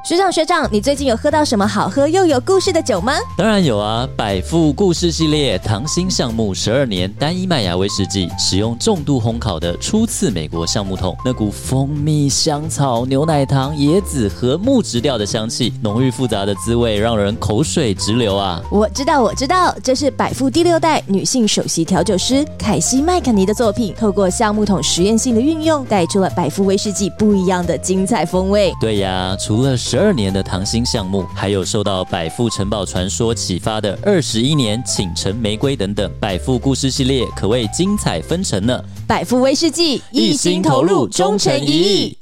学长，你最近有喝到什么好喝又有故事的酒吗？ 当然有啊，百富故事系列糖心橡木12年单一麦芽威士忌，使用重度烘烤的初次美国橡木桶，那股蜂蜜、香草、牛奶糖、椰子和木质调的香气，浓郁复杂的滋味让人口水直流啊！ 我知道，这是百富第6代女性首席调酒师凯西麦肯尼的作品，透过橡木桶实验性的运用，带出了百富威士忌不一样的精彩风味。 对呀，除了12年的糖心橡木，还有受到百富城堡传说启发的21年倾城玫瑰等等，百富故事系列可谓精彩纷呈呢。 百富威士忌，一心投入，忠诚一意。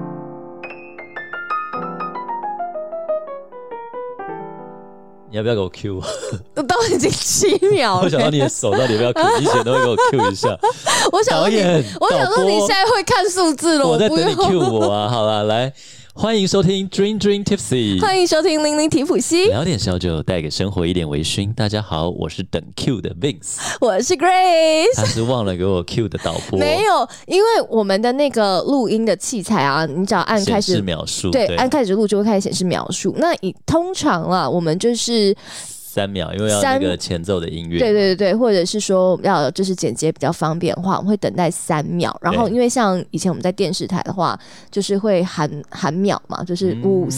你要不要给我 Q？ 都已经7秒了。 我想到你的手到底要不要 Q？ 你以前都会给我 Q 一下。 我想说你现在会看数字了， 我在等你 Q 我啊。好啦，来。欢迎收听 Dream Dream Tipsy， 欢迎收听零零提普西， 聊点小酒，带给生活一点微醺。大家好，我是等 Q 的 Vince， 我是 Grace。 他是忘了给我 Q 的导播， 没有，因为我们的那个录音的器材啊，你只要按开始显示描述， 对，按开始录就会开始显示描述。那通常啦，我们就是 3秒，因为要那个前奏的音乐。 对，或者是说要就是剪接比较方便的话，我们会等待3秒。然后因为像以前我们在电视台的话，就是会喊秒嘛，就是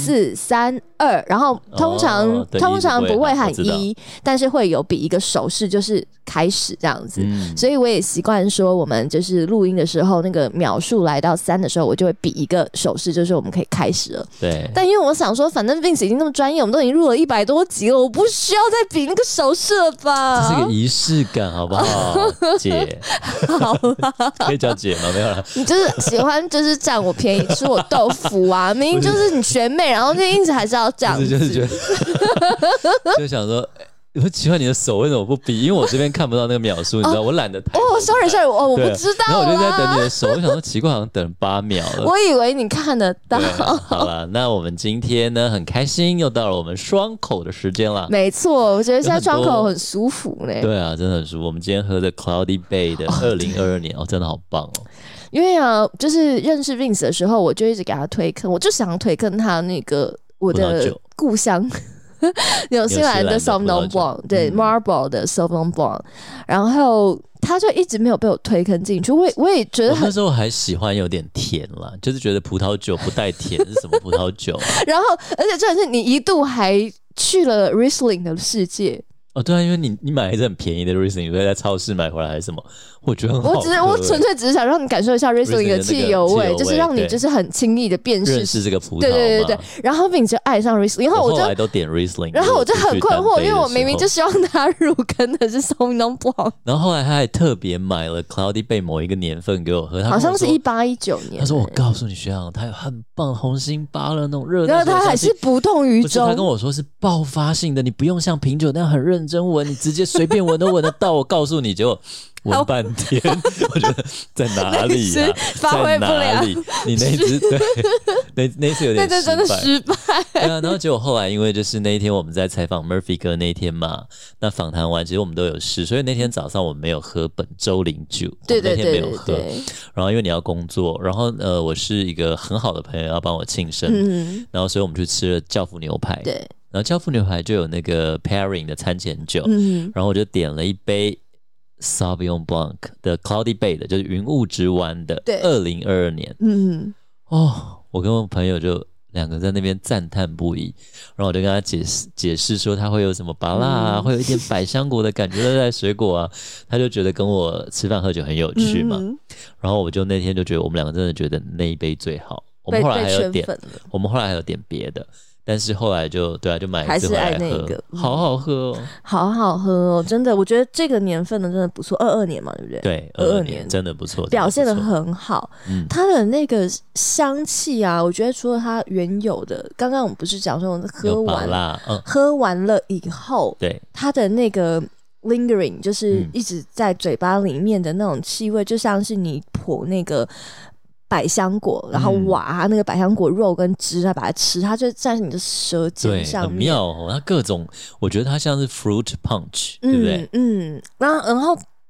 5、4、3、2，然后通常不会喊1，但是会有比一个手势，就是开始这样子。所以我也习惯说，我们就是录音的时候，那个秒数来到3的时候，我就会比一个手势，就是我们可以开始了。 对。 但因为我想说，反正 Vince 已经那么专业，我们都已经录了100多集了，我不需要再比那个手势了吧？ 这是个仪式感，好不好，姐？ 好啦， 可以叫姐吗？没有啦。 你就是喜欢就是占我便宜，吃我豆腐啊！明明就是你学妹，然后就一直还是要这样子， 就是觉得，就想说。我奇怪你的手为什么不比？因为我这边看不到那个秒数，你知道，我懒得抬。 sorry， 我不知道。 然后我就在等你的手，我想说奇怪，好像等8秒了。 我以为你看得到。 好了，那我们今天呢很开心，又到了我们双口的时间了。 没错，我觉得现在双口很舒服呢。 对啊，真的很舒服。我们今天喝的 Cloudy Bay 的2022年真的好棒哦。 因为啊，就是认识 Vince 的时候，我就一直给他推坑，我就想推坑他那个我的故乡。纽西兰的 Sauvignon Blanc， 对 Marlborough 的 Sauvignon Blanc， 然后他就一直没有被我推坑进去。我也觉得我那时候还喜欢有点甜啦，就是觉得葡萄酒不带甜是什么葡萄酒？ 然后，而且重点是你一度还去了 Riesling 的世界。 哦，对啊，因为你买一支很便宜的 Riesling， 你会在超市买回来还是什么？我觉得很好喝。 我纯粹只是想让你感受一下 Riesling 的汽油味，就是让你就是很轻易的辨识这个葡萄。 对。然后并且爱上 Riesling， 然后我后来都点 Riesling， 然后我就很困惑，因为我明明就希望他入坑的是 Sauvignon Blanc。 然后后来他还特别买了 Cloudy Bay 某一个年份给我喝， 好像是18、19年。 他说：“我告诉你学长，他有很棒红心芭乐那种热， 然后他还是不动于衷。 他跟我说是爆发性的，你不用像品酒那样很认真闻，你直接随便闻都闻得到。我告诉你，结果。”闻半天，我觉得在哪里啊？ 发挥不了。 你那一次对，那一次有点失败， 那真的失败。 对啊，然后结果后来因为就是那一天我们在采访 Murphy 哥那一天嘛，那访谈完其实我们都有事，所以那天早上我们没有喝本周零酒， 对， 那天没有喝。然后因为你要工作，然后我是一个很好的朋友要帮我庆生，然后所以我们去吃了教父牛排， 对， 然后教父牛排就有那个 pairing 的餐前酒，然后我就点了一杯。Sauvignon Blanc 的 Cloudy Bay 的，就是云雾之湾的2022年。我跟我朋友就2个在那边赞叹不已，然后我就跟他解释说它会有什么芭乐啊，会有一点百香果的感觉在水果啊，他就觉得跟我吃饭喝酒很有趣嘛。然后我就那天就觉得我们2个真的觉得那一杯最好。我们后来还有点别的。但是后来就买一支回来喝，还是爱那个，好好喝哦， 好好喝哦，真的，我觉得这个年份的真的不错，22年嘛，对不对？ 对，22年真的不错， 表现得很好。它的那个香气啊，我觉得除了它原有的，刚刚我们不是讲说喝完了以后， 对， 它的那个 lingering 就是一直在嘴巴里面的那种气味，就像是你剖那个。百香果，然后挖那个百香果肉跟汁，它把它吃，它就在你的舌尖上面， 很妙哦。它各种，我觉得它像是 fruit punch，对不对？ 然后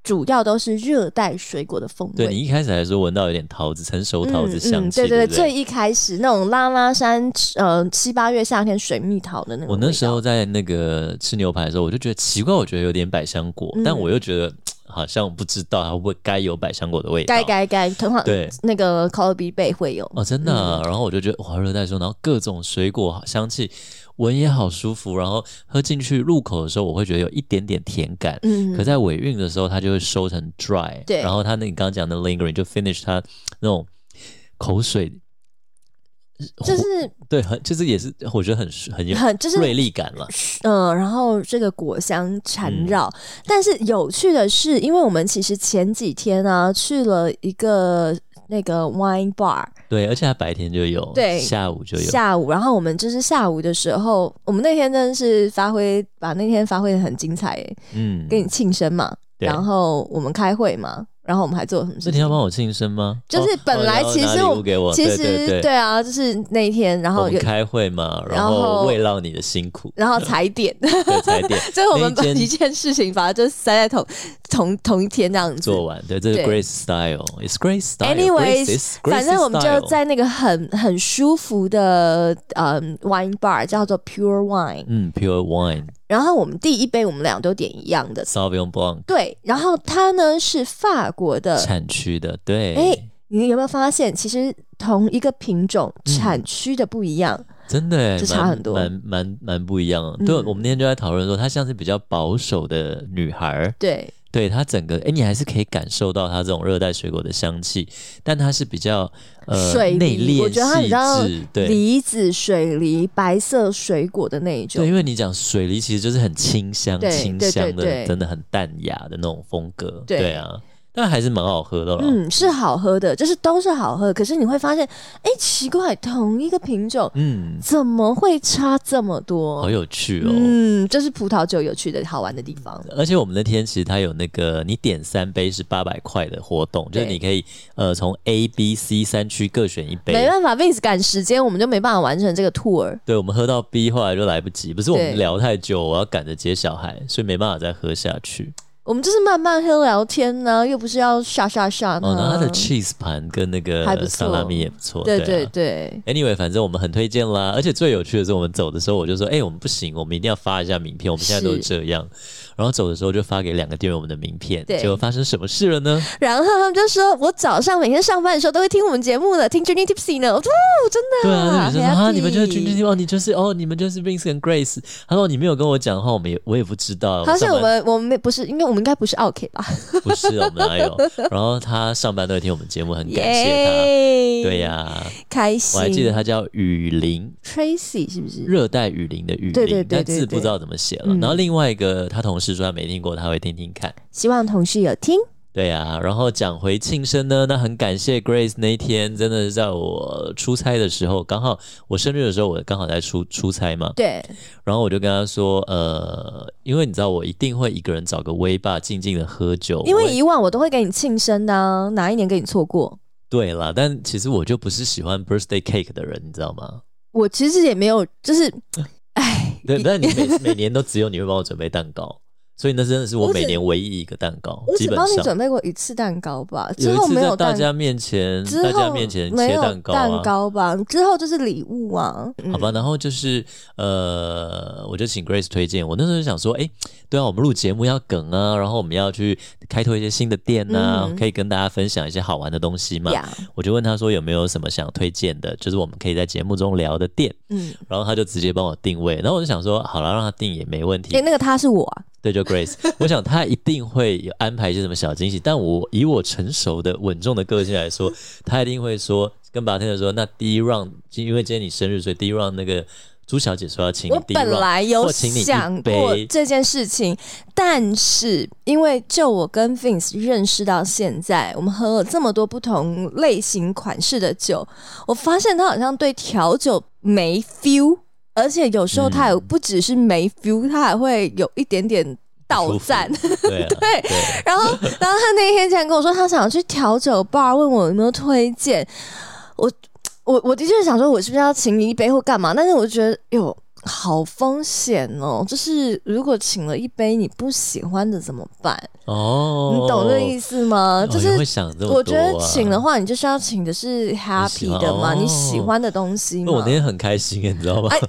主要都是热带水果的风味。 对，你一开始还说闻到有点桃子，成熟桃子香气， 对， 对， 最一开始那种拉拉山7、8月夏天水蜜桃的那种。 我那时候在那个吃牛排的时候，我就觉得奇怪，我觉得有点百香果，但我又觉得好像不知道它会不会该有百香果的味道。 该，通常对那个 Cloud Bay 会有哦，真的然后我就觉得哇，热带水果，然后各种水果香气。闻也好舒服，然后喝进去入口的时候，我会觉得有一点点甜感。可在尾韵的时候，它就会收成 dry。对，然后它那你刚刚讲的 lingering 就 finish 它那种口水， 就是对，就是也是我觉得很有锐利感了。 然后这个果香缠绕。但是有趣的是，因为我们其实前几天啊去了一个那个 wine bar。 对，而且它白天就有，对，下午就有。 下午，然后我们就是下午的时候，我们那天真的是把那天发挥的很精彩耶。给你庆生嘛，然后我们开会嘛，然后我们还做了什么事情？ 那天要帮我庆生吗？ 就是本来其实其实对啊，就是那一天，然后我们开会嘛，然后慰劳你的辛苦， 然后踩点， 对，踩点， 所以我们把一件事情把它就塞在同一天这样子做完。对，这是 Grace style，it's Grace style。Anyways， 反正我们就在那个很舒服的wine bar， 叫做 Pure Wine。Pure Wine。 然后我们第一杯我们俩都点一样的 Sauvignon Blanc。 对，然后它呢是法国的产区的。对， 你有没有发现，其实同一个品种产区的不一样， 真的就差很多， 蛮不一样的。对，我们那天就在讨论说，她像是比较保守的女孩。对，它整个你还是可以感受到它这种热带水果的香气，但它是比较水内敛， 我觉得它比较对， 梨子、水梨、白色水果的那一种。 对，因为你讲水梨其实就是很清香的，真的很淡雅的那种风格。对啊。但还是蛮好喝的了。 是好喝的，就是都是好喝。可是你会发现，奇怪，同一个品种，怎么会差这么多？ 好有趣哦。 这是葡萄酒有趣的好玩的地方。 而且我们那天其实它有那个，你点3杯是800块的活动，就是你可以从 A、B、C 3区各选一杯。 没办法 ，Vince 赶时间，我们就没办法完成这个 tour。 对，我们喝到 B 后来就来不及，不是我们聊太久，我要赶着接小孩，所以没办法再喝下去。 我们就是慢慢喝聊天呢，又不是要下呢。 然后它的 cheese 盘跟那个萨拉米也不错。 对。 Anyway， 反正我们很推荐啦。而且最有趣的是，我们走的时候我就说，我们不行，我们一定要发一下名片。我们现在都是这样。然后走的时候就发给2个店员我们的名片。结果发生什么事了呢？ 然后他们就说，我早上每天上班的时候都会听我们节目的，听 Drinking Tipsy 呢。真的。 对啊，那女生说你们就是 Drinking Tipsy，你们就是 Vince 跟 Grace。他说你没有跟我讲的话，我也不知道。 他是我们不是，因为我们应该不是 OK 吧？ 不是，我们哪有？然后他上班都会听我们节目，很感谢他。对呀， 开心。 我还记得他叫雨林 Tracy， 是不是？ 热带雨林的雨林，但字不知道怎么写了。然后另外一个他同事说他没听过，他会听听看。 希望同事有听。 对啊，然后讲回庆生呢，那很感谢 Grace 那一天真的是在我出差的时候，刚好我生日的时候，我刚好在出差嘛。 对。 然后我就跟他说，因为你知道我一定会一个人找个微bar静静的喝酒， 因为以往我都会给你庆生的啊，哪一年给你错过？ 对啦，但其实我就不是喜欢 birthday cake 的人，你知道吗？ 我其实也没有，就是对，但你每年都只有你会帮我准备蛋糕。所以那真的是我每年唯一一个蛋糕， 我只帮你准备过一次蛋糕吧，之后没有大家面前切蛋糕蛋糕吧，之后就是礼物啊。 好吧，然后就是我就请 Grace 推荐，我那时候就想说，对啊，我们录节目要梗啊，然后我们要去开拓一些新的店啊，可以跟大家分享一些好玩的东西嘛。我就问他说有没有什么想推荐的，就是我们可以在节目中聊的店。然后他就直接帮我定位，然后我就想说，好了，让他定也没问题。 那个他是我啊。 对，就 Grace， 我想他一定会有安排一些什么小惊喜，但以我成熟的稳重的个性来说，他一定会说跟bartender说，那第一 round 因为今天你生日，所以第一 round 那个朱小姐说要请你第一 round， 我本来有想过这件事情，但是因为就我跟 Vince 认识到现在，我们喝了这么多不同类型款式的酒，我发现他好像对调酒没 feel。而且有时候他也不只是没 feel， 他还会有一点点倒赞。 对。 然后他那天竟然跟我说他想要去调酒 bar， 问我有没有推荐。我的确想说，我是不是要请你一杯或干嘛？但是我就觉得， 好风险哦，就是如果请了一杯你不喜欢的怎么办？哦，你懂这意思吗？就是会想这么多我觉得请的话，你就是要请的是 happy 的嘛，你喜欢的东西嘛。 我那天很开心，你知道吗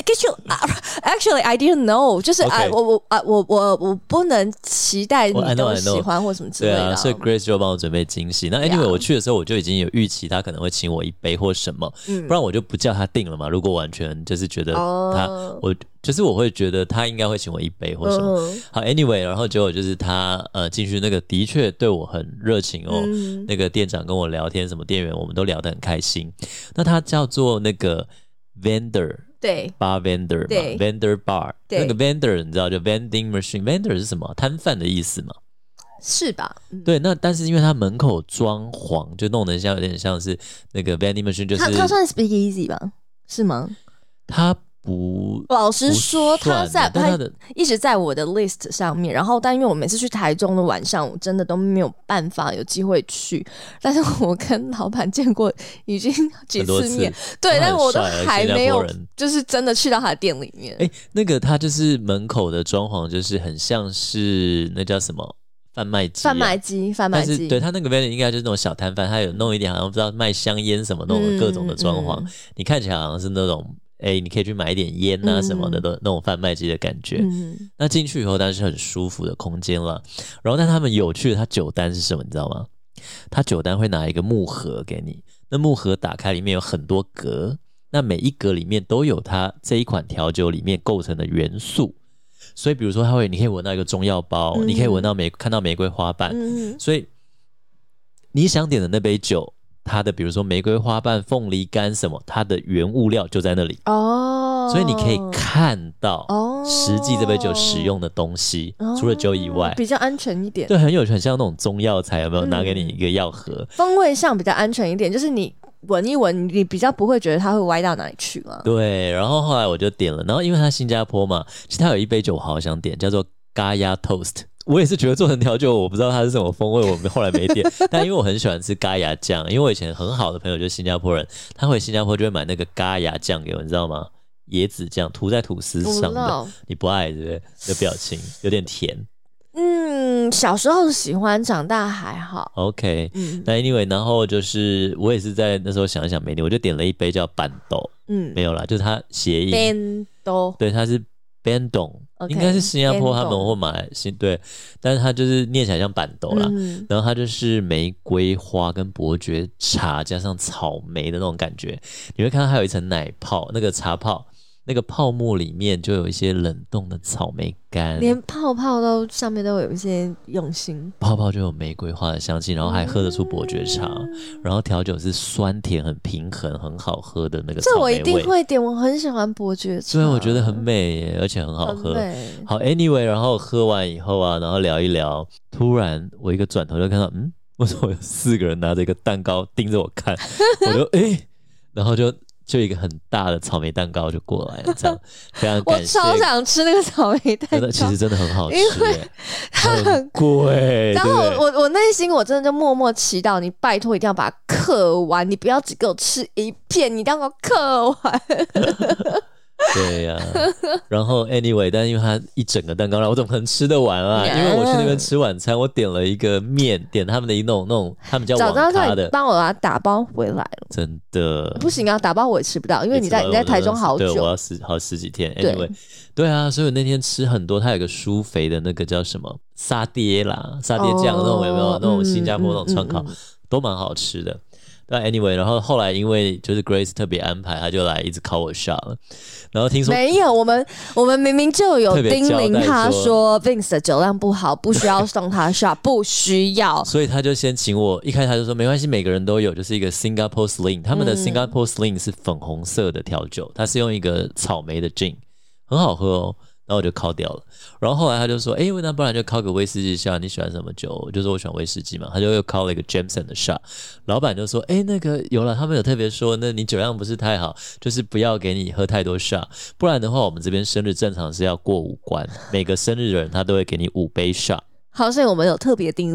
？Actually, I didn't know， 就是 okay. 我不能期待你都喜欢或什么之类的。 对啊，所以 Grace 就帮我准备惊喜。那 anyway， 我去的时候我就已经有预期他可能会请我一杯或什么，不然我就不叫他订了嘛。如果完全就是觉得我会觉得他应该会请我一杯或什么。好 ，anyway， 然后结果就是他进去那个的确对我很热情哦，那个店长跟我聊天，什么店员我们都聊得很开心。那他叫做那个 vendor， 对 ，bar vendor 嘛 ，vendor bar， 那个 vendor 你知道就 vending machine，vendor 是什么？摊贩的意思嘛？ 是吧？ 对，那但是因为他门口装潢就弄得有点像是那个 vending machine， 就是他算 speak easy 吧？是吗？ 他不， 老实说，他一直在我的 list 上面。然后，但因为我每次去台中的晚上，我真的都没有办法有机会去。但是我跟老板见过已经几次面，对，但我都还没有，就是真的去到他的店里面。 那个他就是门口的装潢，就是很像是那叫什么？贩卖机，但是对他那个 vendor 应该就是那种小摊贩，他有弄一点好像不知道卖香烟什么那种各种的装潢，你看起来好像是那种你可以去买一点烟啊什么的那种贩卖机的感觉。那进去以后当然是很舒服的空间了。然后但他们有趣的，他酒单是什么你知道吗？他酒单会拿一个木盒给你，那木盒打开里面有很多格，那每一格里面都有他这一款调酒里面构成的元素。所以比如说你可以闻到一个中药包，你可以闻到看到玫瑰花瓣，所以你想点的那杯酒，它的比如说玫瑰花瓣、凤梨干什么，它的原物料就在那里所以你可以看到实际这杯酒使用的东西，除了酒以外， 比较安全一点。 对，很有趣，很像那种中药材，有没有？拿给你一个药盒， 风味上比较安全一点，就是你闻一闻，你比较不会觉得它会歪到哪里去嘛。 对，然后后来我就点了，然后因为它新加坡嘛，其实它有一杯酒我好想点，叫做 Gaia Toast。我也是觉得做成调酒，我不知道它是什么风味，我后来没点。但因为我很喜欢吃咖椰酱，因为我以前很好的朋友就是新加坡人，他回新加坡就会买那个咖椰酱给我，你知道吗？椰子酱涂在吐司上的，你不爱对不对？的表情有点甜。 小时候喜欢，长大还好。 OK，那 anyway， 然后就是我也是在那时候想一想没点，我就点了一杯叫板豆，没有啦，就是它谐音 Bando， 对，它是 Bandung， 应该是新加坡他们或马来西亚对，但是它就是念起来像板豆啦，然后它就是玫瑰花跟伯爵茶加上草莓的那种感觉，你会看到它有一层奶泡，那个茶泡。那个泡沫里面就有一些冷冻的草莓干， 连泡泡都上面都有一些用心， 泡泡就有玫瑰花的香气，然后还喝得出伯爵茶，然后调酒是酸甜很平衡很好喝的那个草莓味。这我一定会点，我很喜欢伯爵茶， 对，我觉得很美耶，而且很好喝。好 anyway， 然后喝完以后啊，然后聊一聊，突然我一个转头就看到为什么有4个人拿着一个蛋糕盯着我看，我就然后就一个很大的草莓蛋糕就过来了，这样非常感谢。 我超想吃那个草莓蛋糕， 其实真的很好吃， 因为它很贵。 然后我内心我真的就默默祈祷你，拜托一定要把它嗑完，你不要只给我吃一片，你一定要给我嗑完。 对呀，然后 anyway， 但因为它一整个蛋糕，我怎么可能吃得完啊？因为我去那边吃晚餐，我点了一个面，点他们的那种他们叫网咖的， 帮我把它打包回来了。 真的不行啊，打包我也吃不到，因为你在台中好久， 对，我要十几天。anyway， 对啊，所以我那天吃很多，它有个舒肥的那个叫什么沙爹啦，沙爹酱那种有没有？那种新加坡那种串烤都蛮好吃的。但 anyway， 然后后来因为就是 Grace 特别安排，他就来一直 call 我 shot 了。然后听说没有，我们明明就有叮咛他说 Vince 的酒量不好，不需要送他 shot， 不需要。 所以他就先请我，一开始他就说没关系，每个人都有，就是一个 Singapore Sling， 他们的 Singapore Sling 是粉红色的调酒，它是用一个草莓的 gin， 很好喝哦。然后我就敲掉了，然后后来他就说那不然就敲个威士忌shot，你喜欢什么酒？我就说我喜欢威士忌嘛，他就又敲了一个 Jameson 的 shot。老板就说那个有了，他们有特别说，那你酒量不是太好，就是不要给你喝太多 shot， 不然的话我们这边生日正常是要过5关，每个生日的人他都会给你5杯 shot。 好，所以我们有特别叮咛。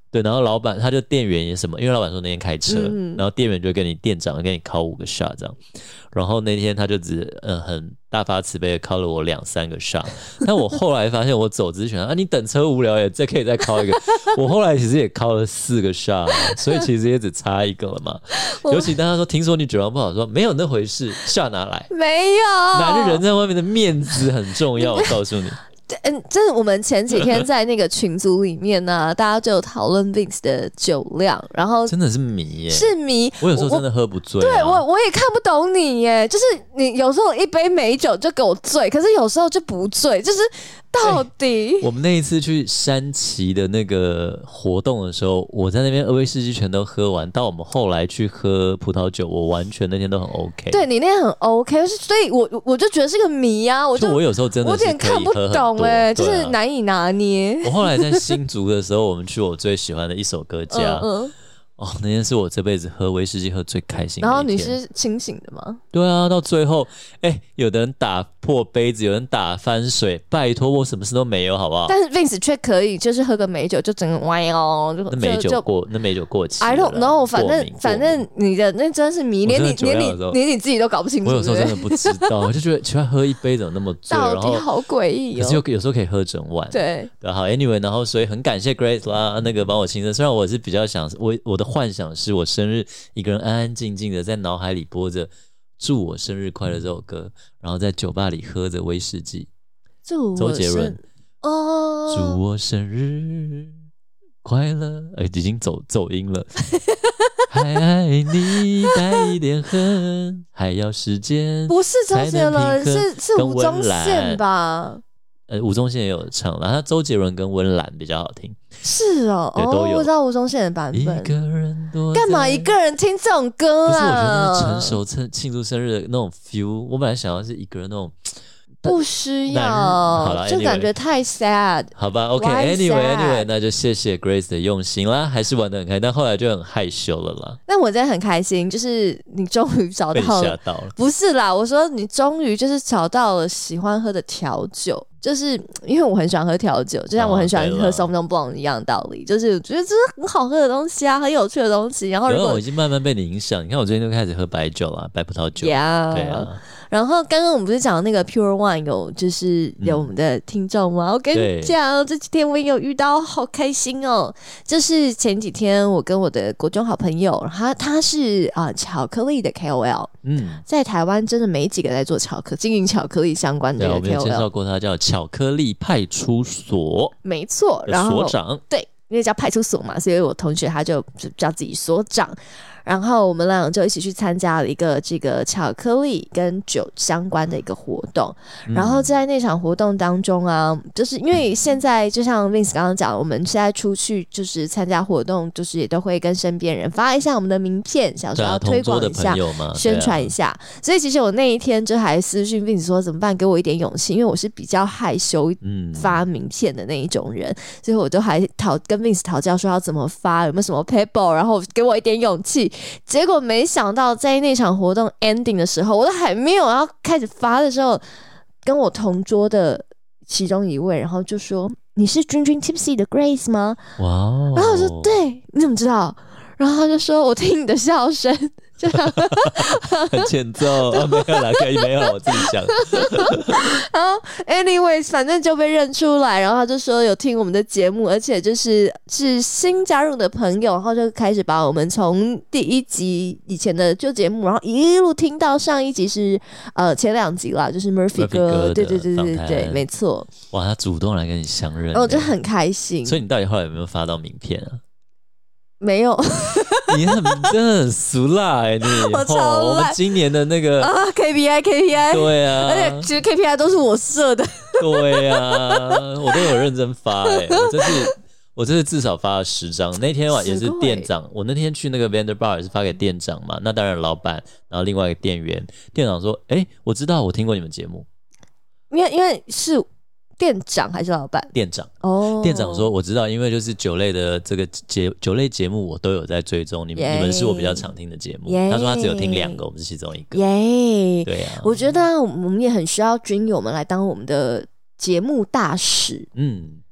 对，然后老板他就店员也什么，因为老板说那天开车，然后店员就跟你店长跟你敲5个 shot 这样，然后那天他就只很大发慈悲的敲了我2-3个 shot， 但我后来发现我走之前你等车无聊也可以再敲一个，我后来其实也敲了4个 shot， 所以其实也只差1个了嘛。尤其当他说听说你酒量不好，说没有那回事，shot拿来， 没有， 男人在外面的面子很重要，我告诉你。 这是我们前几天在那个群组里面呢、大家就有讨论 Vince 的酒量，然后真的是迷耶， 是迷。 我有时候真的喝不醉、啊， 对我也看不懂你耶，就是你有时候一杯美酒就给我醉，可是有时候就不醉，就是到底、 我们那一次去山崎的那个活动的时候，我在那边威士忌全都喝完，到我们后来去喝葡萄酒，我完全那天都很 OK。 对你那天很 OK， 所以我就觉得是个谜啊，我有时候真的是可以喝很多， 我有点看不懂哎，就是难以拿捏。 我后来在新竹的时候，我们去我最喜欢的一首歌家。那天是我这辈子喝威士忌喝最开心的一天。 然后你是清醒的吗？ 对啊，到最后，有的人打破杯子，有人打翻水，拜托我什么事都没有，好不好？ 但是 Vince 却可以，就是喝个美酒就整个歪哦， 那美酒过期了。 I don't know， 反正你的那真是迷，连你自己都搞不清楚。 我有时候真的不知道，我就觉得奇怪，喝一杯怎么那么醉？ 到底好诡异哦！ 可是有时候可以喝整晚。 对， 好 ，anyway， 然后所以很感谢 Grace 啦，那个帮我庆生。虽然我是比较想我的幻想是我生日一个人安安静静的在脑海里播着祝我生日快乐这首歌，然后在酒吧里喝着威士忌。周杰伦祝我生日快乐，已经走音了。还爱你带一点恨，还要时间。 不是周杰伦，是吴宗宪吧？ 吴宗宪也有唱，然后周杰伦跟温岚比较好听。 是哦， 对，都有。 我知道吴宗宪的版本。 一个人干嘛一个人听这种歌啊？ 不是，我觉得那成熟庆祝生日的那种 feel， 我本来想要是一个人那种。 不需要，就感觉太 sad。 好吧 ，OK，anyway， 那就谢谢 Grace 的用心啦，还是玩得很开心，但后来就很害羞了啦。 但我真的很开心，就是你终于找到了， 被吓到了。 不是啦，我说你终于就是找到了喜欢喝的调酒，就是因为我很喜欢喝调酒，就像我很喜欢喝 Sauvignon Blanc 一样的道理，就是我觉得这是很好喝的东西啊，很有趣的东西。然后我已经慢慢被你影响，你看我最近就开始喝白酒啦，白葡萄酒。 Yeah， 对啊。 然后刚刚我们不是讲那个 Pure Wine 有我们的听众吗？我跟你讲，这几天我也有遇到，好开心哦！就是前几天我跟我的国中好朋友，他是巧克力的 KOL， 在台湾真的没几个在做经营巧克力相关的 KOL。 我们有介绍过他叫巧克力派出所， 没错，然后所长对，因为叫派出所嘛，所以我同学他就叫自己所长。然后我们两个就一起去参加了一个这个巧克力跟酒相关的一个活动。然后在那场活动当中啊，就是因为现在就像 Vince 刚刚讲，我们现在出去就是参加活动，就是也都会跟身边人发一下我们的名片，想说要推广一下、宣传一下。所以其实我那一天就还私讯 Vince 说怎么办，给我一点勇气，因为我是比较害羞发名片的那一种人，所以我都还跟 Vince 讨教说要怎么发，有没有什么 paper， 然后给我一点勇气。结果没想到在那场活动 ending 的时候，我都还没有要开始发的时候，跟我同桌的其中一位，然后就说：“你是 Dream Tipsy 的 Grace 吗？”哇、哦！然后我说：“对，你怎么知道？”然后他就说：“我听你的笑声。” 很欠揍，没有啦，可以没有，我自己讲。 然后 anyways 反正就被认出来，然后他就说有听我们的节目，而且是新加入的朋友，然后就开始把我们从第1集以前的旧节目，然后一路听到上一集是前2集啦，就是 Murphy 哥，对，没错。 哇，他主动来跟你相认， 我就很开心。 所以你到底后来有没有发到名片啊？ 没有。 你真的很俗辣你我超烂。 我们今年的那个 KPI， 对啊， 而且其实 KPI 都是我设的。 对啊，我都有认真发我这次至少发了10张。那天也是店长，我那天去那个 Vendor Bar 也是发给店长嘛，那当然老板，然后另外一个店员，店长说：“我知道，我听过你们节目。” 因为是。店长还是老板？ 店长店长说我知道，因为就是酒类的这个酒类节目我都有在追踪，你们是我比较常听的节目。他说他只有听2个，我们是其中一个。对啊， 我觉得我们也很需要军友们来当我们的节目大使。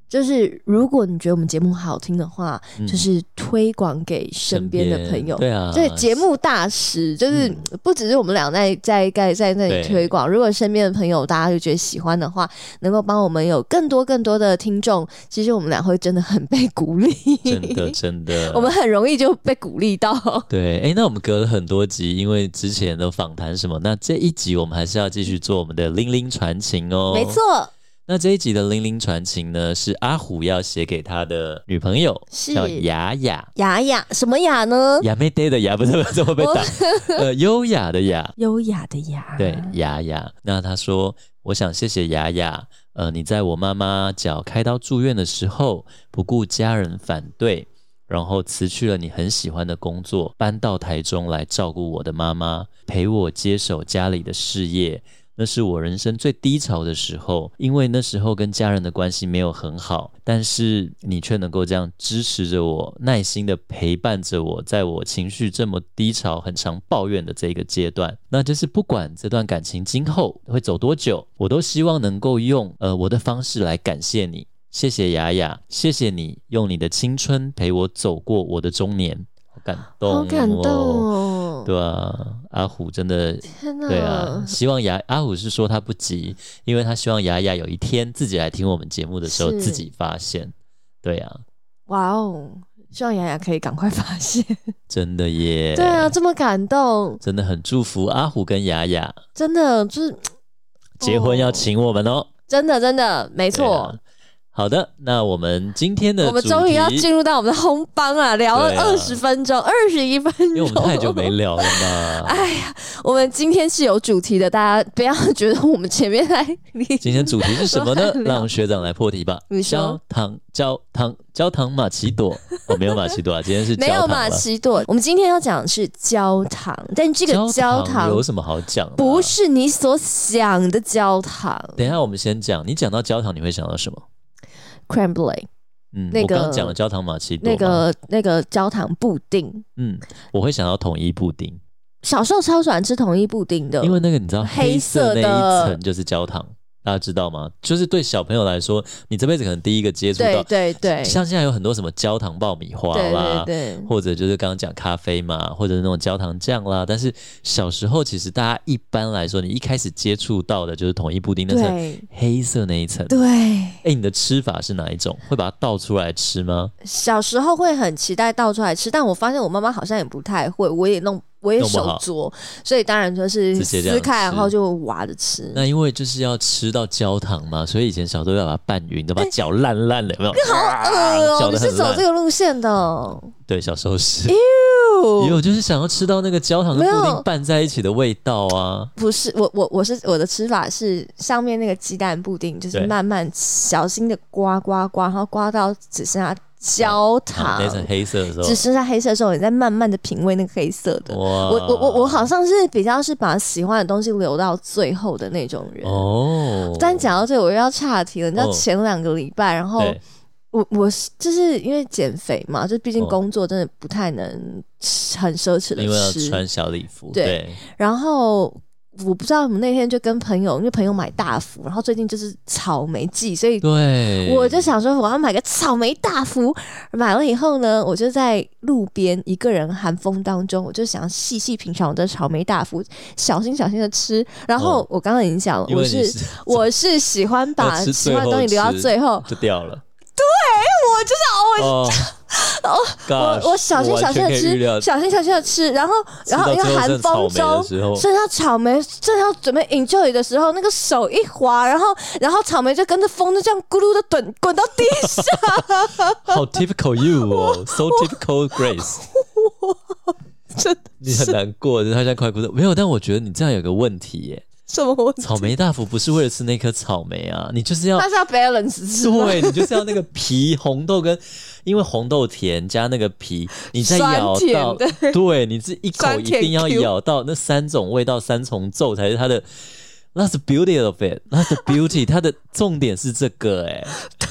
就是如果你觉得我们节目好听的话，就是推广给身边的朋友。 对啊， 这节目大使就是不只是我们俩在那里推广，如果身边的朋友大家就觉得喜欢的话，能够帮我们有更多的听众，其实我们俩会真的很被鼓励。 真的我们很容易就被鼓励到。 对，那我们隔了很多集，因为之前的访谈什么，那这一集我们还是要继续做我们的铃铃传情哦。 没错。 那这一集的铃铃传情呢，是阿虎要写给他的女朋友，叫雅雅。 雅雅什么雅呢？ 雅妹爹的雅，不是会被打。优雅的雅， 优雅的雅。 对，雅雅。那他说，我想谢谢雅雅，你在我妈妈脚开刀住院的时候，不顾家人反对，然后辞去了你很喜欢的工作，搬到台中来照顾我的妈妈，陪我接手家里的事业。那是我人生最低潮的时候，因为那时候跟家人的关系没有很好，但是你却能够这样支持着我，耐心的陪伴着我，在我情绪这么低潮很常抱怨的这个阶段，那就是不管这段感情今后会走多久，我都希望能够用我的方式来感谢你。谢谢雅雅，谢谢你用你的青春陪我走过我的中年。好感动， 好感动哦！ 对啊，阿虎真的， 天哪！ 对啊，希望阿虎是说他不急，因为他希望雅雅有一天自己来听我们节目的时候自己发现。对啊， 哇哦！希望雅雅可以赶快发现。 真的耶！ 对啊，这么感动， 真的很祝福阿虎跟雅雅， 真的就是结婚要请我们哦！ 真的没错。 好的，那我们今天的我们终于要进入到我们的红帮啊，聊了20分钟、21分钟， 因为我们太久没聊了嘛。 哎呀，我们今天是有主题的，大家不要觉得我们前面来。 今天主题是什么呢？让学长来破题吧。 你说焦糖玛奇朵没有玛奇朵啊，今天是焦糖。 没有玛奇朵，我们今天要讲的是焦糖，但这个焦糖有什么好讲的？ 不是你所想的焦糖。 等一下，我们先讲，你讲到焦糖，你会想到什么 ？Crème brûlée， 我刚刚讲了焦糖玛奇朵， 那个焦糖布丁， 我会想到统一布丁。 小时候超喜欢吃统一布丁的， 因为那个你知道黑色那一层就是焦糖，大家知道吗？就是对小朋友来说，你这辈子可能第一个接触到， 对， 像现在有很多什么焦糖爆米花啦，对，或者就是刚刚讲咖啡嘛，或者那种焦糖酱啦。但是小时候其实大家一般来说，你一开始接触到的就是统一布丁那层黑色那一层。 对， 你的吃法是哪一种？会把它倒出来吃吗？ 小时候会很期待倒出来吃，但我发现我妈妈好像也不太会，我也手做，所以当然就是撕开然后就挖着吃。 那因为就是要吃到焦糖嘛，所以以前小时候要把它拌匀，都把它搅烂了，有没有？ 好恶哦！你是走这个路线的？ 对，小时候是。有就是想要吃到那个焦糖跟布丁拌在一起的味道啊。 不是，我的吃法是上面那个鸡蛋布丁，就是慢慢小心的刮，然后刮到只剩下焦糖， 那层黑色的时候， 只剩下黑色的时候，你再慢慢的品味那个黑色的。我好像是比较是把喜欢的东西留到最后的那种人哦。但讲到这，我又要岔题了。你知道前2个礼拜，然后我就是因为减肥嘛，就毕竟工作真的不太能很奢侈的吃， 因为要穿小礼服。对， 然后我不知道我们那天就跟朋友，因为朋友买大福，然后最近就是草莓季，所以我就想说我要买个草莓大福。买了以后呢，我就在路边一个人寒风当中，我就想细细品尝我的草莓大福，小心的吃。然后我刚刚已经讲了，我是喜欢把喜欢的东西留到最后就掉了。 对，我小心的吃，小心的吃，然后因为寒风中剩下草莓，正要准备enjoy的时候，那个手一滑，然后草莓就跟着风就这样咕噜的滚到地上。 好 typical you 哦，so typical Grace。 真的， 你很难过，他现在快哭了。没有，但我觉得你这样有个问题耶。 什么问题？ 草莓大福不是为了吃那颗草莓啊，你就是要， 它是要 balance 吃。 对，你就是要那个皮红豆因为红豆甜加那个皮，你再咬到，对，你这一口一定要咬到那3种味道3重奏才是它的。That's the beauty of it. That's the beauty. 它的重点是这个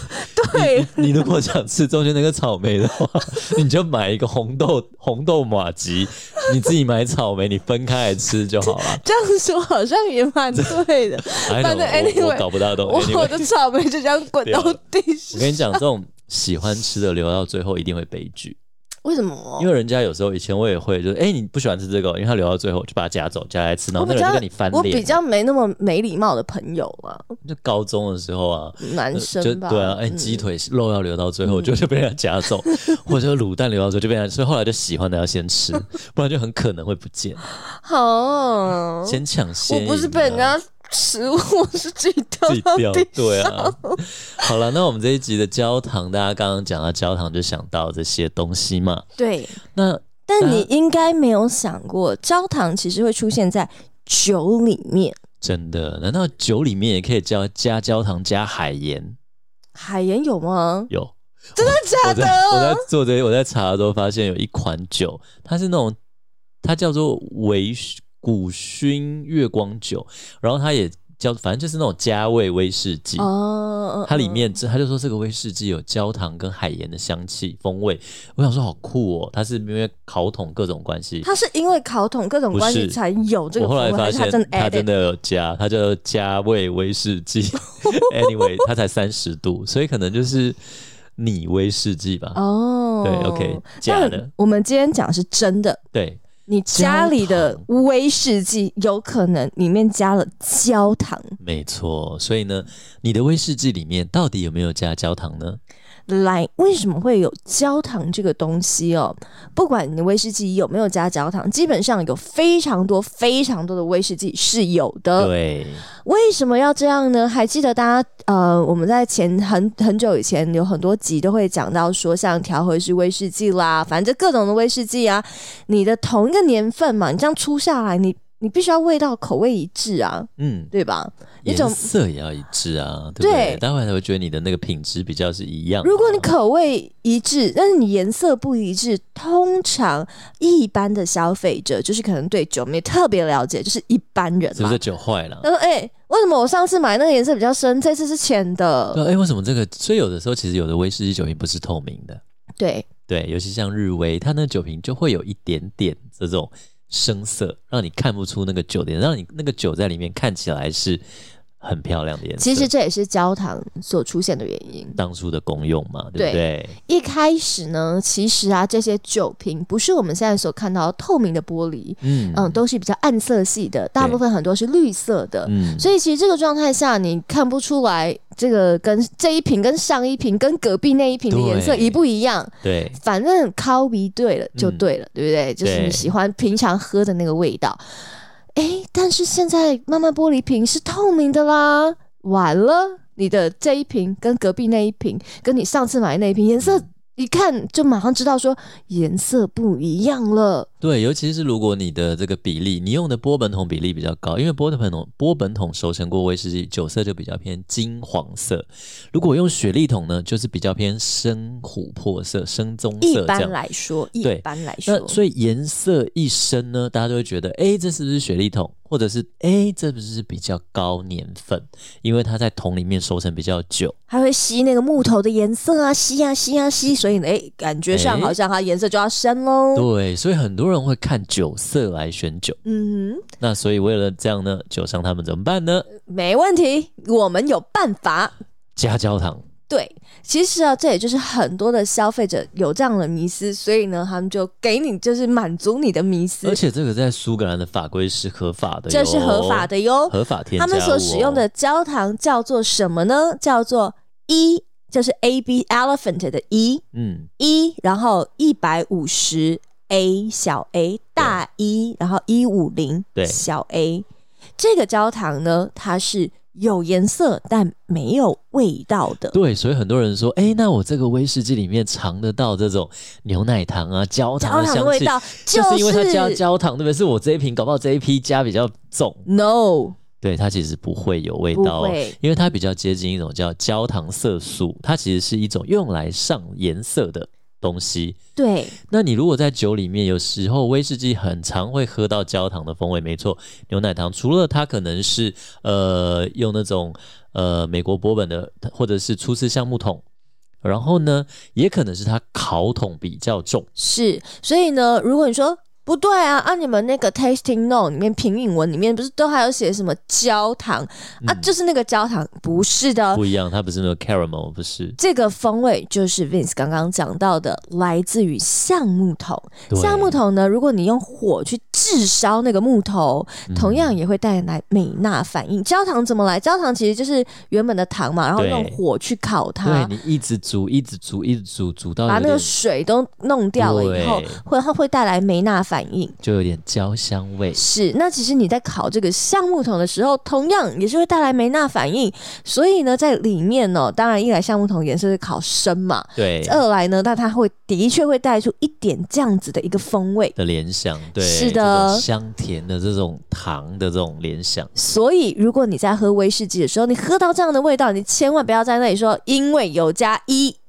对， 你如果想吃中间那个草莓的话，你就买一个红豆玛吉，你自己买草莓，你分开来吃就好了。 这样说好像也蛮对的。反正 anyway 我搞不大懂， 我的草莓就这样滚到地上。 我跟你讲，这种喜欢吃的留到最后一定会悲剧。 为什么？ 因为人家有时候以前我也会，就是你不喜欢吃这个，因为他留到最后就把它夹走，夹来吃，然后那个人就跟你翻脸。 我比较没那么没礼貌的朋友嘛。 就高中的时候啊， 男生吧， 对啊，鸡腿肉要留到最后，就被人家夹走，或者卤蛋留到最后就被人家，所以后来就喜欢的要先吃，不然就很可能会不见。 好， 先抢先赢。 我不是被人家。食物我是自己掉到地上， 对啊。好了，那我们这一集的焦糖，大家刚刚讲到焦糖，就想到这些东西嘛。 对， 那但你应该没有想过，焦糖其实会出现在酒里面。 真的？难道酒里面也可以加焦糖、加海盐？ 海盐有吗？ 有， 真的假的？ 我在查的时候发现有一款酒，它是那种，它叫做古熏月光酒，然后它也反正就是那种加味威士忌。它里面它就说这个威士忌有焦糖跟海盐的香气风味。我想说好酷哦，它是因为烤桶各种关系？ 它是因为烤桶各种关系才有这个风味？ 我后来发现它真的有加，它叫加味威士忌。Anyway， 它才30度，所以可能就是拟威士忌吧。对 ，OK， 假的。 我们今天讲的是真的。 对。 你家里的威士忌有可能里面加了焦糖， 没错。所以呢，你的威士忌里面到底有没有加焦糖呢？ 来，为什么会有焦糖这个东西哦？不管你的威士忌有没有加焦糖，基本上有非常多的威士忌是有的。 对， 为什么要这样呢？还记得大家我们在很久以前有很多集都会讲到说，像调和式威士忌啦，反正各种的威士忌啊，你的同一个年份嘛，你这样出下来，你必须要味道口味一致啊，对吧？ 颜色也要一致啊，对不对？待会才会觉得你的那个品质比较是一样的。 如果你口味一致，但是你颜色不一致，通常一般的消费者就是可能对酒没特别了解，就是一般人嘛， 是不是酒坏了？ 他说：“为什么我上次买那个颜色比较深，这次是浅的？” 为什么这个？所以有的时候其实有的威士忌酒瓶不是透明的。对，尤其像日威，它那个酒瓶就会有一点点这种深色，让你看不出那个酒点，让你那个酒在里面看起来是很漂亮的颜色。 其实这也是焦糖所出现的原因， 当初的功用嘛，对不对？ 一开始呢，其实啊，这些酒瓶不是我们现在所看到的透明的玻璃，都是比较暗色系的，大部分很多是绿色的，所以其实这个状态下你看不出来这个跟这一瓶跟上一瓶跟隔壁那一瓶的颜色一不一样。 对， 反正口味对了就对了，对不对？就是你喜欢平常喝的那个味道。但是现在慢慢玻璃瓶是透明的啦，完了，你的这一瓶跟隔壁那一瓶，跟你上次买的那一瓶颜色一看就马上知道说颜色不一样了。 对，尤其是如果你的这个比例，你用的波本桶比例比较高，因为波本桶熟成过威士忌酒色就比较偏金黄色，如果用雪莉桶呢，就是比较偏深琥珀色、深棕色这样。一般来说， 那所以颜色一深呢，大家都会觉得，这是不是雪莉桶？或者是这不是比较高年份，因为它在桶里面熟成比较久， 还会吸那个木头的颜色啊，吸，所以感觉上好像它颜色就要深咯。 对，所以很多人会看酒色来选酒。那所以为了这样呢，酒商他们怎么办呢？ 没问题，我们有办法， 加焦糖。 对，其实啊，这也就是很多的消费者有这样的迷思，所以呢，他们就给你就是满足你的迷思。 而且这个在苏格兰的法规是合法的， 这是合法的哟， 合法添加物。 他们所使用的焦糖叫做什么呢？叫做就是 AB Elephant 的然后150 A 小 a 大然后150小 a。这个焦糖呢，它是有颜色但没有味道的。 对，所以很多人说，那我这个威士忌里面尝得到这种牛奶糖啊、焦糖的香气， 味道就是因为它加焦糖，对不对？是我这一瓶搞不好这一批加比较重。 No， 对，它其实不会有味道因为它比较接近一种叫焦糖色素，它其实是一种用来上颜色的东西。 对， 那你如果在酒里面，有时候威士忌很常会喝到焦糖的风味，没错，牛奶糖除了它可能是用那种美国波本的或者是初次橡木桶， 然后呢，也可能是它烤桶比较重。 是，所以呢，如果你说不对啊，你们那个 tasting note 里面评饮文里面不是都还有写什么焦糖啊？就是那个焦糖，不是的， 不一样，它不是那个 caramel， 不是。 这个风味就是 Vince 刚刚讲到的，来自于橡木桶。橡木桶呢，如果你用火去炙烧那个木头，同样也会带来美纳反应。焦糖怎么来？焦糖其实就是原本的糖嘛，然后用火去烤它。 对，你一直煮，一直煮，一直煮，煮到把那个水都弄掉了以后，它会带来梅纳反应， 就有点焦香味。 是，那其实你在烤这个橡木桶的时候，同样也是会带来梅纳反应。所以呢，在里面呢，当然一来橡木桶颜色是烤深嘛， 对； 二来呢，那它会的确会带出一点这样子的一个风味的联想，对， 是的， 香甜的这种糖的这种联想。 所以如果你在喝威士忌的时候，你喝到这样的味道，你千万不要在那里说因为有加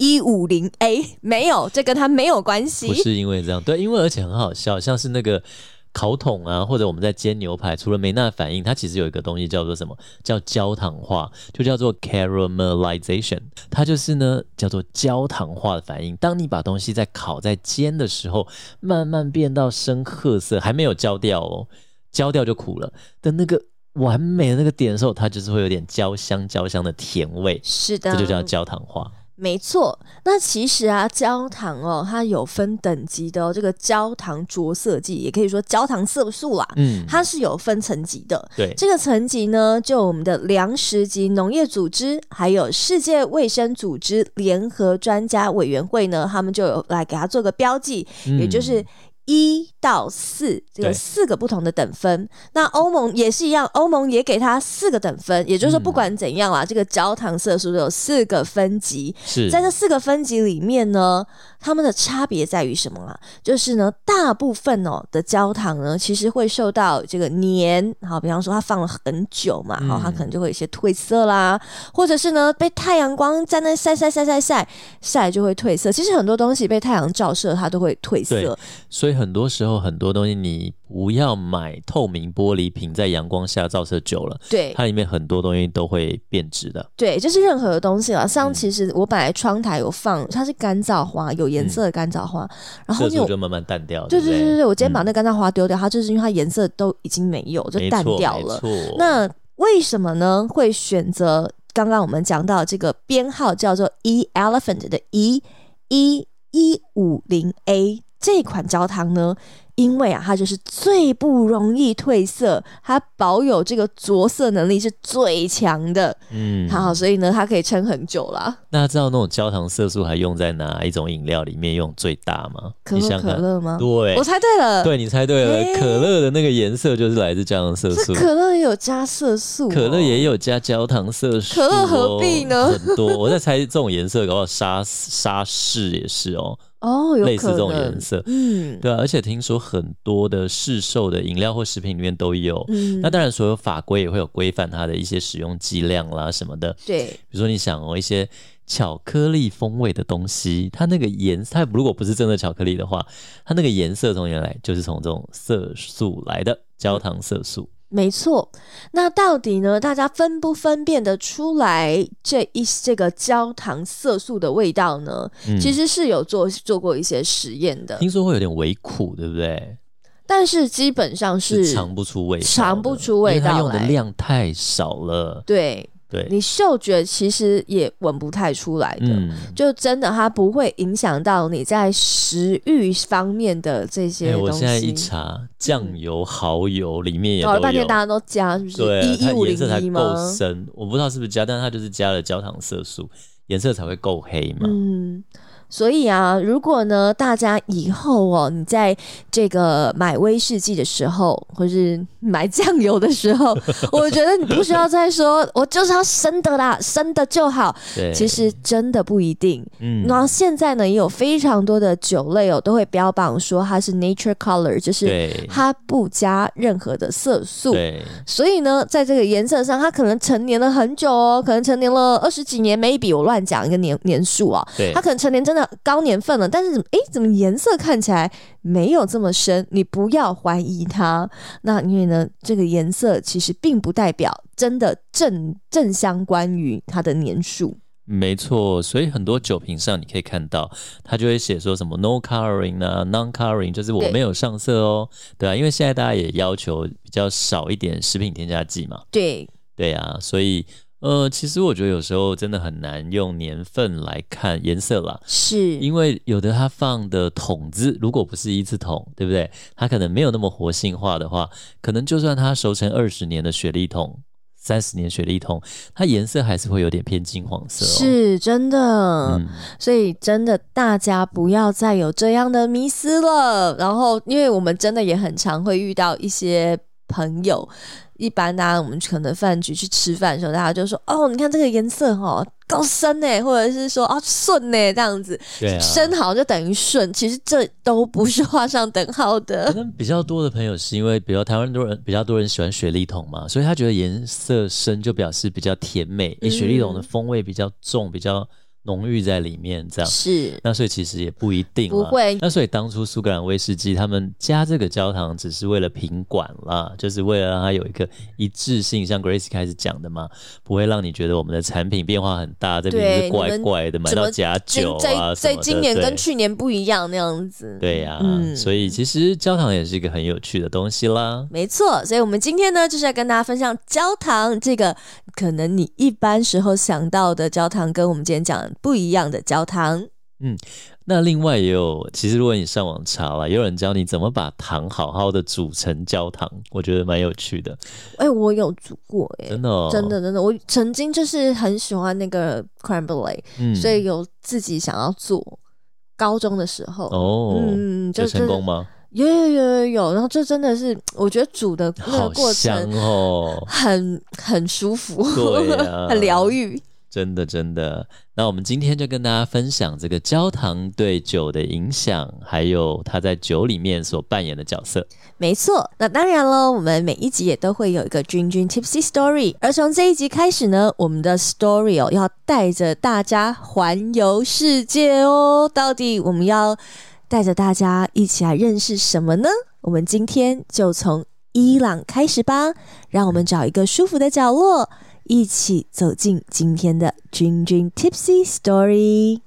150A， 没有，这跟它没有关系。 不是因为这样，对，因为而且很好笑，像是那个烤桶啊，或者我们在煎牛排，除了梅纳反应，它其实有一个东西叫做什么？叫焦糖化，就叫做 caramelization。它就是呢叫做焦糖化的反应。当你把东西在烤在煎的时候，慢慢变到深褐色，还没有焦掉哦，焦掉就苦了的那个完美的那个点的时候，它就是会有点焦香的甜味。 是的， 这就叫焦糖化。 没错，那其实啊，焦糖哦，它有分等级的哦。这个焦糖着色剂，也可以说焦糖色素啦，它是有分层级的。 对， 这个层级呢，就我们的粮食及农业组织，还有世界卫生组织联合专家委员会呢，他们就有来给它做个标记，也就是1到4，这个4个不同的等分。那欧盟也是一样，欧盟也给它4个等分，也就是说不管怎样啦，这个焦糖色素都有4个分级。 是在这4个分级里面呢，它们的差别在于什么啊？就是呢，大部分的焦糖呢，其实会受到这个年，好，比方说它放了很久嘛，好，它可能就会有一些褪色啦，或者是呢被太阳光在那晒就会褪色。其实很多东西被太阳照射，它都会褪色。 所以很多时候很多东西你不要买透明玻璃瓶，在阳光下照射久了， 对， 它里面很多东西都会变质的。 对，就是任何的东西啦。像其实我本来窗台有放，它是干燥花，有颜色的干燥花，然后色素就慢慢淡掉。 对，我今天把那干燥花丢掉，它就是因为它颜色都已经没有，就淡掉了。那为什么呢？会选择刚刚我们讲到这个编号叫做 E Elephant 的 E150A 这款焦糖呢？因为啊，它就是最不容易褪色，它保有这个着色能力是最强的。好，所以呢，它可以撑很久啦。 那知道那种焦糖色素还用在哪一种饮料里面用最大吗？ 可口可乐吗？ 对， 我猜对了。 对，你猜对了。可乐的那个颜色就是来自焦糖色素。 可乐也有加色素， 可乐也有加焦糖色素。 可乐何必呢？ 很多，我在猜这种颜色，搞不好沙士也是哦。 有类似这种颜色，对啊，而且听说很多的市售的饮料或食品里面都有，那当然所有法规也会有规范它的一些使用剂量啦什么的， 对， 比如说你想一些巧克力风味的东西，它那个颜色，它如果不是真的巧克力的话，它那个颜色从原来就是从这种色素来的，焦糖色素。 没错，那到底呢？大家分不分辨得出来这个焦糖色素的味道呢？其实是有做过一些实验的。 听说会有点微苦，对不对？ 但是基本上是尝不出味道， 因为它用的量太少了。 对。你嗅觉其实也闻不太出来的，就真的它不会影响到你在食欲方面的这些东西。 我现在一查，酱油、蚝油里面也都有， 半天大家都加，是不是？ 对，它颜色才 150 够深，我不知道是不是加，但是它就是加了焦糖色素，颜色才会够黑嘛。 所以啊，如果呢，大家以后你在这个买威士忌的时候，或是买酱油的时候，我觉得你不需要再说我就是要生的啦，生的就好。其实真的不一定。然后现在呢，也有非常多的酒类都会标榜说它是 nature color， 就是它不加任何的色素。所以呢，在这个颜色上，它可能陈年了很久可能陈年了20几年 ，maybe 我乱讲一个年数啊，它可能陈年真的高年份了，但是怎么颜色看起来没有这么深？你不要怀疑它。那因为呢，这个颜色其实并不代表真的正相关于它的年数。 没错，所以很多酒瓶上你可以看到，它就会写说什么 no coloring 啊 non coloring， 就是我没有上色哦，对啊，因为现在大家也要求比较少一点食品添加剂嘛，对啊，所以其实我觉得有时候真的很难用年份来看颜色啦， 是因为有的它放的桶子如果不是一字桶，对不对？它可能没有那么活性化的话，可能就算它熟成20年的雪莉桶30年雪莉桶，它颜色还是会有点偏金黄色是真的，所以真的大家不要再有这样的迷思了。然后因为我们真的也很常会遇到一些朋友，一般大家我们可能饭局去吃饭的时候，大家就说哦，你看这个颜色够深耶，或者是说顺耶，这样子， 对啊， 深好就等于顺，其实这都不是画上等号的。 可能比较多的朋友是因为比如台湾比较多人喜欢雪莉桶嘛，所以他觉得颜色深就表示比较甜美，雪莉桶的风味比较重，比较浓郁在里面，这样是。 那所以其实也不一定啦， 不会。 那所以当初苏格兰威士忌他们加这个焦糖只是为了品管啦，就是为了让它有一个一致性，像 Grace 开始讲的嘛，不会让你觉得我们的产品变化很大，这边是怪怪的，买到假酒啊什么的， 今年跟去年不一样那样子。 对啊，所以其实焦糖也是一个很有趣的东西啦。 没错，所以我们今天呢就是要跟大家分享焦糖这个可能你一般时候想到的焦糖跟我们今天讲不一样的焦糖。 那另外也有，其实如果你上网查啦，也有人教你怎么把糖好好的煮成焦糖，我觉得蛮有趣的。 我有煮过真的哦， 真的，我曾经就是很喜欢那个 crème brûlée，所以有自己想要做。高中的时候就成功吗？ 有，然后这真的是我觉得煮的那个过程好香很舒服， 对啊， 很疗愈。 真的，那我们今天就跟大家分享这个焦糖对酒的影响，还有它在酒里面所扮演的角色。 没错，那当然了，我们每一集也都会有一个君 Tipsy Story， 而从这一集开始呢，我们的 Story 要带着大家环游世界哦。到底我们要带着大家一起来认识什么呢？我们今天就从伊朗开始吧，让我们找一个舒服的角落，一起走进今天的君 Tipsy Story。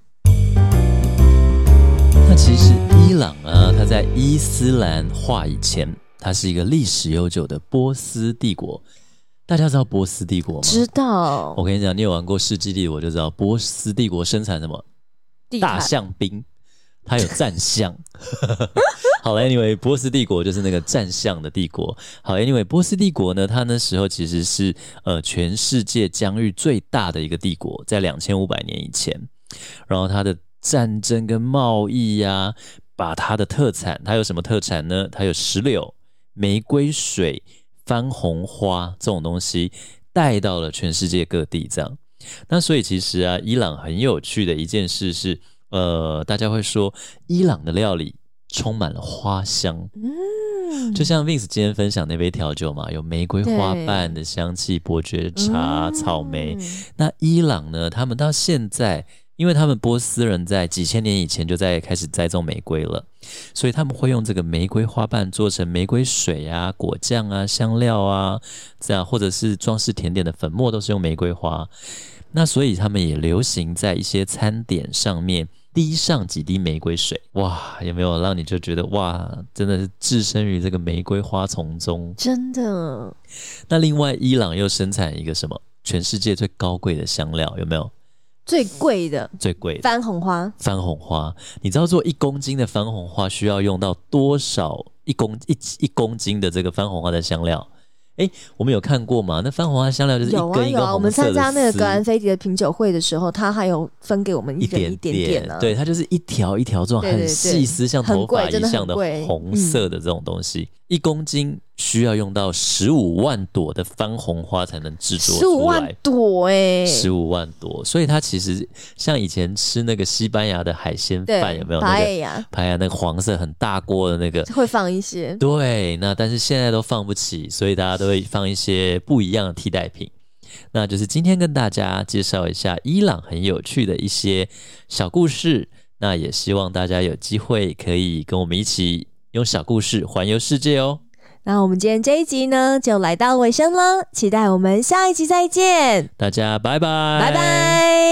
那其实伊朗啊，它在伊斯兰化以前，它是一个历史悠久的波斯帝国。大家知道波斯帝国吗？ 知道。 我跟你讲，你有玩过世纪帝国就知道，波斯帝国生产什么？大象兵，它有战象。好了 ，anyway， 波斯帝国就是那个战象的帝国。好 ，anyway， 波斯帝国呢，它那时候其实是全世界疆域最大的一个帝国，在2500年以前。然后它的战争跟贸易啊，把它的特产，它有什么特产呢？它有石榴、玫瑰水、番红花这种东西带到了全世界各地，这样。那所以其实啊，伊朗很有趣的一件事是，大家会说伊朗的料理充满了花香，就像 Vince 今天分享那杯调酒嘛，有玫瑰花瓣的香气、伯爵茶、草莓。那伊朗呢，他们到现在，因为他们波斯人在几千年以前就在开始栽种玫瑰了，所以他们会用这个玫瑰花瓣做成玫瑰水啊、果酱啊、香料啊，这样或者是装饰甜点的粉末都是用玫瑰花。那所以他们也流行在一些餐点上面滴上几滴玫瑰水。哇，有没有让你就觉得哇，真的是置身于这个玫瑰花丛中？真的。 那另外伊朗又生产一个什么全世界最高贵的香料，有没有？ 最贵的番红花。 番红花，你知道做1公斤的番红花需要用到多少一公斤的这个番红花的香料？我们有看过吗？那番红花香料就是一根一根红色的丝。有啊， 我们参加那个格兰菲迪的品酒会的时候，他还有分给我们一点点啊。 对，它就是一条一条这种很细丝，像头发一样的红色的这种东西。1公斤需要用到15万朵的番红花才能制作出来。15 万朵 15万朵，所以它其实像以前吃那个西班牙的海鲜饭，有没有那个排牙那个黄色很大锅的那个， 会放一些。 对，那但是现在都放不起，所以大家都会放一些不一样的替代品。那就是今天跟大家介绍一下伊朗很有趣的一些小故事，那也希望大家有机会可以跟我们一起用小故事环游世界哦。 那我们今天这一集呢就来到尾声了，期待我们下一集再见， 大家拜拜， 拜拜。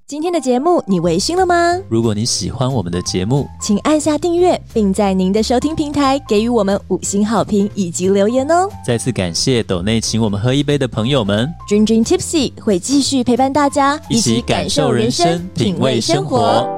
今天的节目你微醺了吗？ 如果你喜欢我们的节目， 请按下订阅，并在您的收听平台给予我们5星好评以及留言哦。 再次感谢斗内请我们喝一杯的朋友们。 Dream Tipsy 会继续陪伴大家， 一起感受人生，品味生活。